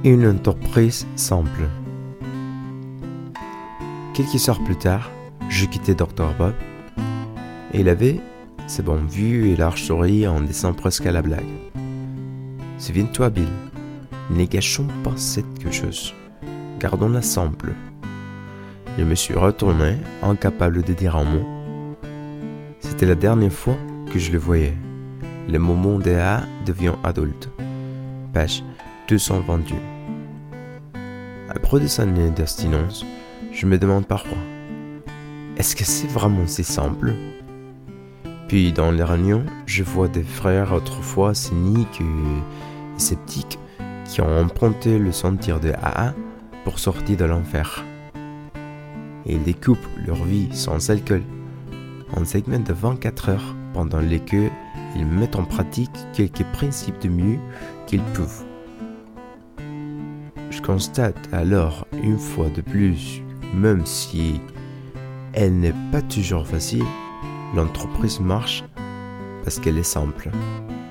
Une entreprise simple. Quelques heures plus tard, je quittais Dr. Bob et il avait ses bonnes vues et larges sourires en descendant presque à la blague. Souviens-toi, Bill, ne gâchons pas cette chose. Gardons-la simple. Je me suis retourné, incapable de dire un mot. C'était la dernière fois que je le voyais. Le moment de A devient adulte. Page 222. Après des années d'abstinence, je me demande parfois, est-ce que c'est vraiment si simple? Puis dans les réunions, je vois des frères autrefois cyniques et sceptiques qui ont emprunté le sentier de AA pour sortir de l'enfer. Et ils découpent leur vie sans alcool en segments de 24 heures pendant lesquels ils mettent en pratique quelques principes de mieux qu'ils peuvent. Je constate alors une fois de plus, même si elle n'est pas toujours facile, l'entreprise marche parce qu'elle est simple.